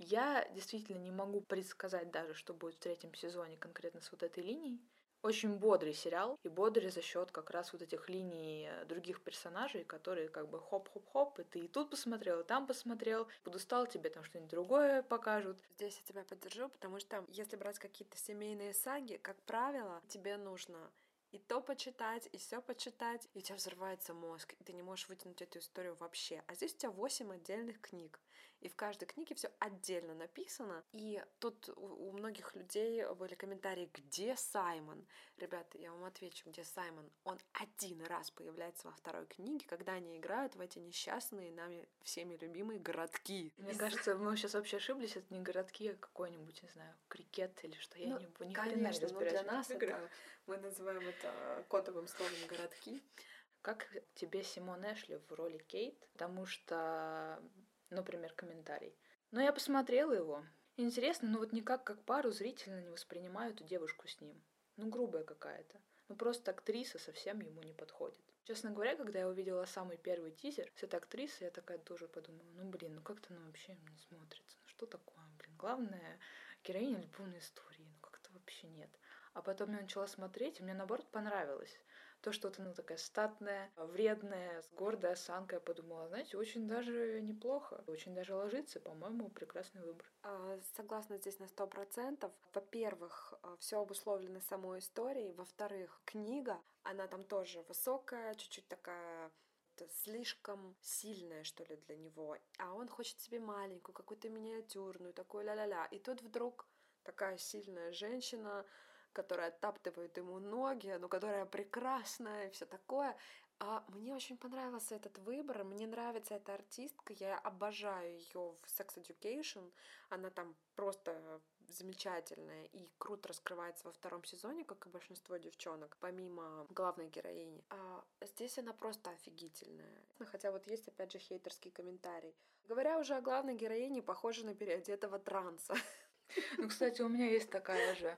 Я действительно не могу предсказать даже, что будет в третьем сезоне конкретно с вот этой линией. Очень бодрый сериал, и бодрый за счет как раз вот этих линий других персонажей, которые как бы хоп-хоп-хоп, и ты и тут посмотрел, и там посмотрел, подустал, тебе там что-нибудь другое покажут. Здесь я тебя поддержу, потому что если брать какие-то семейные саги, как правило, тебе нужно и то почитать, и все почитать, и у тебя взрывается мозг, и ты не можешь вытянуть эту историю вообще. А здесь у тебя восемь отдельных книг, и в каждой книге все отдельно написано. И тут у, у многих людей были комментарии, где Саймон? Ребята, я вам отвечу, где Саймон. Он один раз появляется во второй книге, когда они играют в эти несчастные нами всеми любимые городки. Мне кажется, мы сейчас вообще ошиблись, это не городки, а какой-нибудь, не знаю, крикет или что, я ну, не, ни конечно, хрена не но для разбираюсь в этих нас играх. это, мы называем это кодовым словом городки. Как тебе Симон Эшли в роли Кейт? Потому что, например, комментарий. Но я посмотрела его. Интересно, но вот никак как пару зрительно не воспринимаю эту девушку с ним. Ну, грубая какая-то. Ну, просто актриса совсем ему не подходит. Честно говоря, когда я увидела самый первый тизер с этой актрисой, я такая тоже подумала, ну, блин, ну как-то она вообще не смотрится. Ну, что такое, блин? Главное, героиня любовной истории. Ну, как-то вообще нет. А потом я начала смотреть, и мне, наоборот, понравилось. То, что вот она такая статная, вредная, с гордой осанкой, я подумала, знаете, очень даже неплохо, очень даже ложится, по-моему, прекрасный выбор. Согласна здесь на сто процентов. Во-первых, все обусловлено самой историей. Во-вторых, книга, она там тоже высокая, чуть-чуть такая слишком сильная, что ли, для него. А он хочет себе маленькую, какую-то миниатюрную, такую ля-ля-ля. И тут вдруг такая сильная женщина, которая оттаптывает ему ноги, но которая прекрасная и все такое. А мне очень понравился этот выбор, мне нравится эта артистка, я обожаю ее в Sex Education, она там просто замечательная и круто раскрывается во втором сезоне, как и большинство девчонок, помимо главной героини. А здесь она просто офигительная. Хотя вот есть опять же хейтерский комментарий. Говоря уже о главной героине, похожа на переодетого транса. Ну, кстати, у меня есть такая же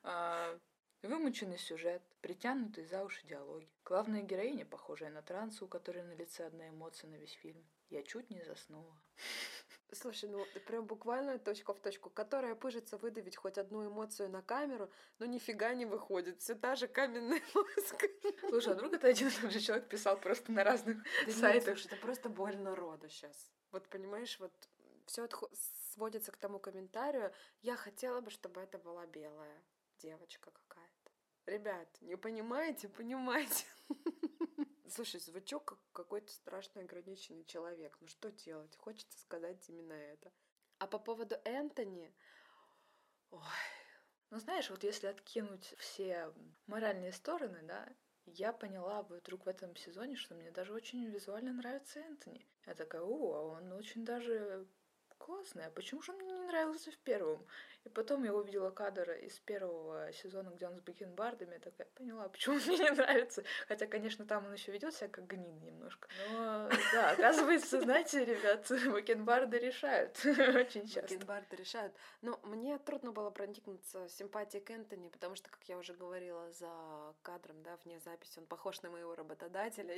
э, вымученный сюжет, притянутый за уши диалоги. Главная героиня, похожая на транса, у которой на лице одна эмоция на весь фильм. Я чуть не заснула. Слушай, ну прям буквально точка в точку, которая пыжится выдавить хоть одну эмоцию на камеру, но нифига не выходит. Все та же каменная маска. Слушай, а вдруг это один и тот же человек писал просто на разных да сайтах? Нет, слушай, это просто боль народу сейчас. Вот понимаешь, вот все отход... сводится к тому комментарию. Я хотела бы, чтобы это была белая девочка какая-то. Ребят, не понимаете? Понимаете. Слушай, звучу как какой-то страшно ограниченный человек. Ну что делать? Хочется сказать именно это. А по поводу Энтони... Ой. Ну знаешь, вот если откинуть все моральные стороны, да, я поняла вдруг в этом сезоне, что мне даже очень визуально нравится Энтони. Я такая, о, а он очень даже классный, а почему же он мне не нравился в первом? И потом я увидела кадр из первого сезона, где он с бакенбардами, я такая поняла, почему он мне не нравится. Хотя, конечно, там он еще ведет себя как гнид немножко. Но да, оказывается, знаете, ребят, бакенбарды решают очень часто. Бакенбарды решают. Но мне трудно было проникнуться симпатией к Энтони, потому что, как я уже говорила за кадром, да, вне записи, он похож на моего работодателя.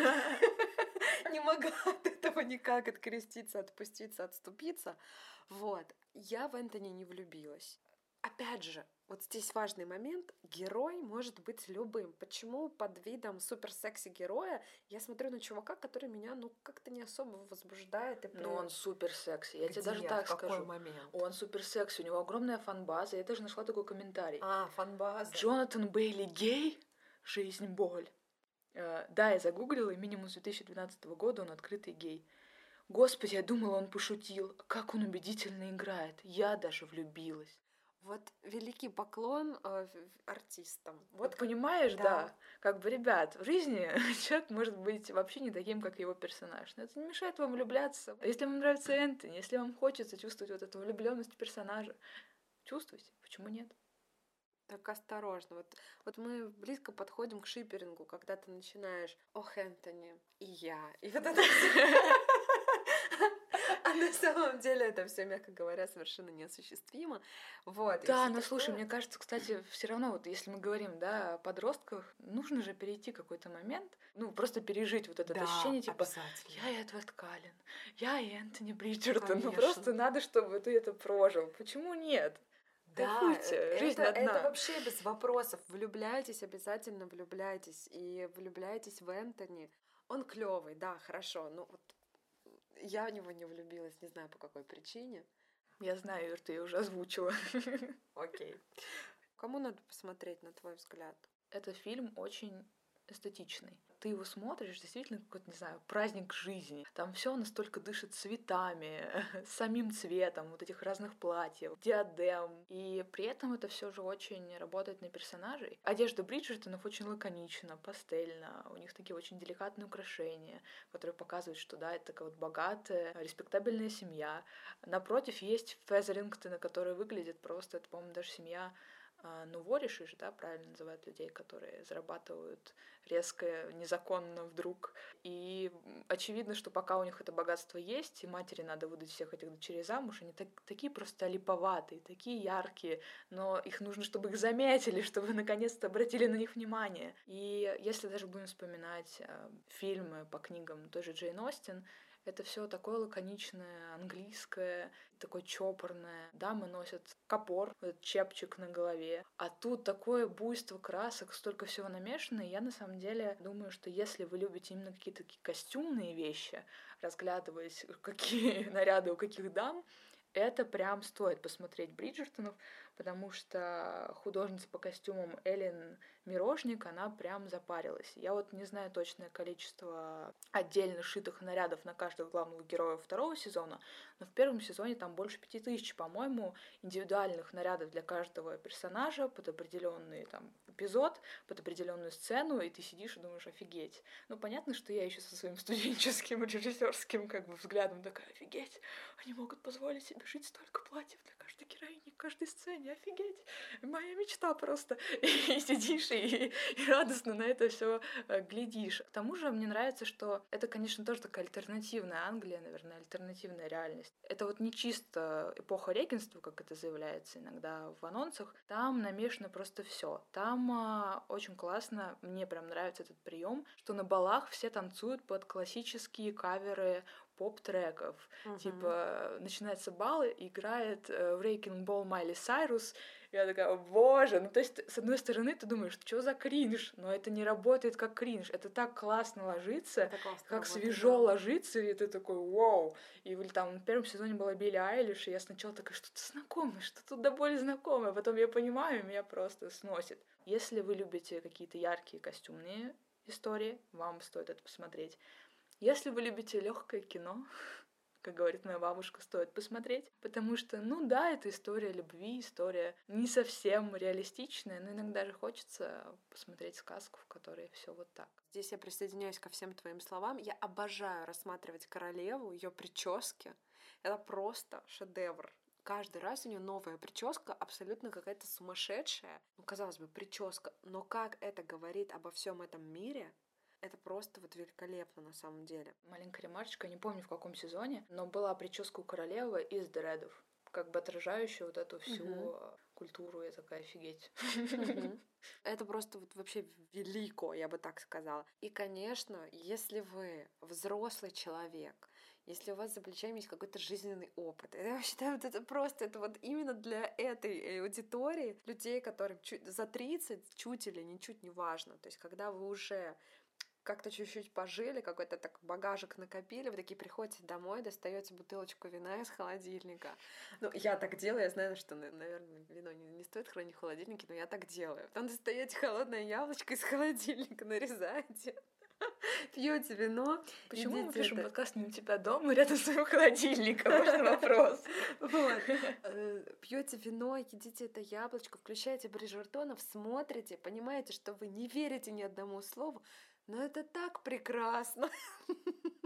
Не могла от этого никак откреститься, отпуститься, отступиться. Вот. Я в Энтони не влюбилась. Опять же, вот здесь важный момент. Герой может быть любым. Почему под видом суперсекси-героя я смотрю на чувака, который меня, ну, как-то не особо возбуждает? И при... Ну, он суперсекси. Я Где? тебе даже так в какой скажу. момент? Он суперсекси. У него огромная фан-база. Я даже нашла такой комментарий. А, фан-база. Джонатан Бейли гей? Жизнь боль. Да, я загуглила, и минимум с две тысячи двенадцатого года он открытый гей. Господи, я думала, он пошутил. Как он убедительно играет. Я даже влюбилась. Вот великий поклон э, артистам. Вот понимаешь, да. да. Как бы, ребят, в жизни человек может быть вообще не таким, как его персонаж. Но это не мешает вам влюбляться. Если вам нравится Энтони, если вам хочется чувствовать вот эту влюбленность в персонажа, чувствуйте, почему нет? Так осторожно. Вот, вот мы близко подходим к шиперингу, когда ты начинаешь: ох, Энтони, и я. И вот это всё. А на самом деле это все, мягко говоря, совершенно неосуществимо. Вот, и Да, всё но слушай, такое. мне кажется, кстати, все равно, вот если мы говорим, да, о подростках, нужно же перейти какой-то момент, ну, просто пережить вот это Да, ощущение, типа, обязательно. я Эдвард Каллен, я Энтони Бриджертон. Ну, Конечно. просто надо, чтобы ты это прожил. Почему нет? Да, э Кайфуйте, жизнь это это одна. вообще без вопросов. Влюбляйтесь, обязательно влюбляйтесь. И влюбляйтесь в Энтони. Он клёвый, да, хорошо. Ну вот я в него не влюбилась, не знаю по какой причине. Я знаю, Ир, ты её уже озвучила. Окей. Кому надо посмотреть, на твой взгляд? Этот фильм очень эстетичный. Ты его смотришь, действительно, какой-то, не знаю, праздник жизни. Там все настолько дышит цветами, самим цветом, вот этих разных платьев, диадем. И при этом это все же очень работает на персонажей. Одежда Бриджертонов очень лаконична, пастельна. У них такие очень деликатные украшения, которые показывают, что да, это такая вот богатая, респектабельная семья. Напротив есть Фезерингтоны, которые выглядят просто, это, по-моему, даже семья ну, вориши, да, правильно называют людей, которые зарабатывают резко, незаконно вдруг. И очевидно, что пока у них это богатство есть, и матери надо выдать всех этих дочерей замуж, они так, такие просто липоватые, такие яркие, но их нужно, чтобы их заметили, чтобы наконец-то обратили на них внимание. И если даже будем вспоминать э, фильмы по книгам той же Джейн Остин, это все такое лаконичное, английское, такое чопорное. Дамы носят капор, этот чепчик на голове. А тут такое буйство красок, столько всего намешано. И я на самом деле думаю, что если вы любите именно какие-то такие костюмные вещи, разглядываясь, какие наряды у каких дам, это прям стоит посмотреть Бриджертонов, потому что художница по костюмам Эллен Мирожник, она прям запарилась. Я вот не знаю точное количество отдельно шитых нарядов на каждого главного героя второго сезона, но в первом сезоне там больше пяти тысяч, по-моему, индивидуальных нарядов для каждого персонажа под определенный там эпизод, под определенную сцену, и ты сидишь и думаешь: офигеть. Ну, понятно, что я еще со своим студенческим режиссерским как бы взглядом такая: офигеть, они могут позволить себе шить столько платьев для каждой героини, каждой сцене, офигеть, моя мечта просто. И сидишь и, и радостно на это все глядишь. К тому же мне нравится, что это, конечно, тоже такая альтернативная Англия, наверное, альтернативная реальность. Это вот не чисто эпоха регенства, как это заявляется иногда в анонсах. Там намешано просто все. Там а, очень классно, мне прям нравится этот прием, что на балах все танцуют под классические каверы поп-треков. Uh-huh. Типа, начинается бал, играет э, Wrecking Ball Майли Сайрус. Я такая: боже, ну то есть, с одной стороны, ты думаешь, что за кринж, но это не работает как кринж, это так классно ложится, классно как работает, свежо да. ложится, и ты такой: вау. И там в первом сезоне была Билли Айлиш, и я сначала такая: что-то знакомое, что-то до боли знакомое, потом я понимаю, и меня просто сносит. Если вы любите какие-то яркие костюмные истории, вам стоит это посмотреть. Если вы любите легкое кино, как говорит моя бабушка, стоит посмотреть, потому что, ну да, это история любви, история не совсем реалистичная, но иногда же хочется посмотреть сказку, в которой все вот так. Здесь я присоединяюсь ко всем твоим словам. Я обожаю рассматривать королеву, ее прически. Это просто шедевр. Каждый раз у нее новая прическа, абсолютно какая-то сумасшедшая. Ну, казалось бы, прическа, но как это говорит обо всем этом мире, это просто вот великолепно на самом деле. Маленькая ремарочка, не помню в каком сезоне, но была прическа у королевы из дредов, как бы отражающая вот эту всю uh-huh. культуру. Я такая: офигеть. Uh-huh. Это просто вот вообще велико, я бы так сказала. И, конечно, если вы взрослый человек, если у вас за плечами есть какой-то жизненный опыт, я считаю, вот это просто, это вот именно для этой аудитории, людей, которым чуть, за тридцать, чуть или ничуть не важно. То есть, когда вы уже как-то чуть-чуть пожили, какой-то так багажик накопили, вы такие приходите домой, достаете бутылочку вина из холодильника. Ну, я так делаю, я знаю, что, наверное, вино не, не стоит хранить в холодильнике, но я так делаю. Потом достаете холодное яблочко из холодильника, нарезаете, пьете вино. Почему мы пишем это... подкаст не у тебя дома, рядом с своим холодильником? Важный вопрос. Вот. Пьете вино, едите это яблочко, включаете Бриджертонов, смотрите, понимаете, что вы не верите ни одному слову, но это так прекрасно.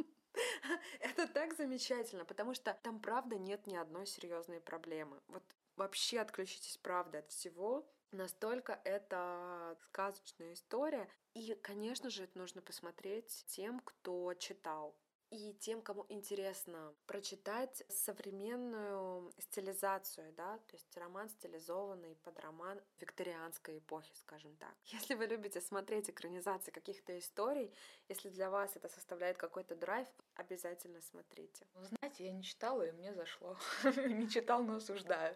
Это так замечательно, потому что там, правда, нет ни одной серьезной проблемы. Вот вообще отключитесь, правда, от всего. Настолько это сказочная история. И, конечно же, это нужно посмотреть тем, кто читал. И тем, кому интересно прочитать современную стилизацию, да, то есть роман, стилизованный под роман викторианской эпохи, скажем так. Если вы любите смотреть экранизации каких-то историй, если для вас это составляет какой-то драйв, обязательно смотрите. Ну, знаете, я не читала, и мне зашло. Не читал, но осуждаю.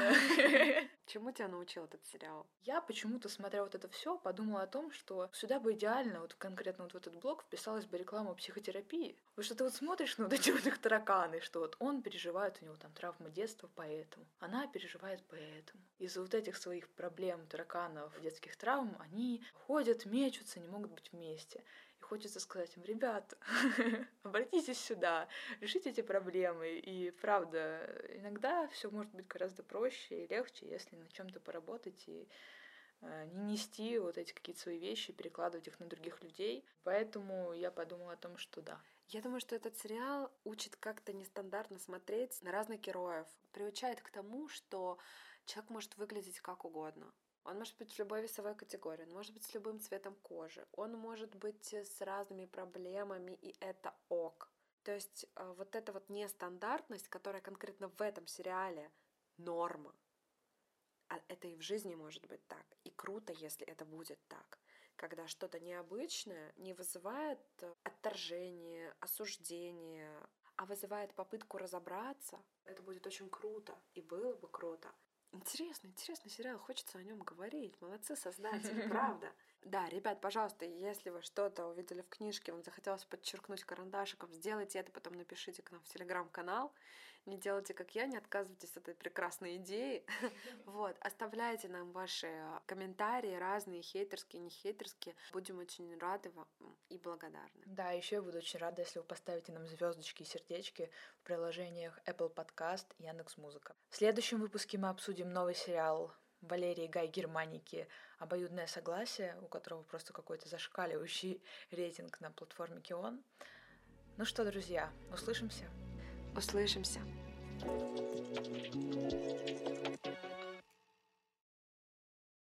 Чему тебя научил этот сериал? Я почему-то, смотря вот это все, подумала о том, что сюда бы идеально, вот конкретно вот в этот блог, вписалась бы реклама психотерапии. Потому что ты вот смотришь на вот эти вот их тараканы, что вот он переживает, у него там травма детства, поэтому. Она переживает поэтому. Из-за вот этих своих проблем, тараканов, детских травм, они ходят, мечутся, не могут быть вместе. И хочется сказать им: ребята, обратитесь сюда, решите эти проблемы. И правда, иногда все может быть гораздо проще и легче, если над чем-то поработать и э, не нести вот эти какие-то свои вещи, перекладывать их на других людей. Поэтому я подумала о том, что да. Я думаю, что этот сериал учит как-то нестандартно смотреть на разных героев, приучает к тому, что человек может выглядеть как угодно. Он может быть в любой весовой категории, он может быть с любым цветом кожи, он может быть с разными проблемами, и это ок. То есть э, вот эта вот нестандартность, которая конкретно в этом сериале норма, а это и в жизни может быть так. И круто, если это будет так. Когда что-то необычное не вызывает отторжение, осуждение, а вызывает попытку разобраться, это будет очень круто, и было бы круто. Интересный, интересный сериал, хочется о нем говорить. Молодцы создатели, правда. Да, ребят, пожалуйста, если вы что-то увидели в книжке, вам захотелось подчеркнуть карандашиком, сделайте это, потом напишите к нам в телеграм-канал. Не делайте, как я, не отказывайтесь от этой прекрасной идеи. Вот, оставляйте нам ваши комментарии, разные, хейтерские, не хейтерские. Будем очень рады вам и благодарны. Да, еще я буду очень рада, если вы поставите нам звездочки и сердечки в приложениях Apple Podcast и Яндекс.Музыка. В следующем выпуске мы обсудим новый сериал Валерии Гай Германики «Обоюдное согласие», у которого просто какой-то зашкаливающий рейтинг на платформе Кион. Ну что, друзья, услышимся? Услышимся.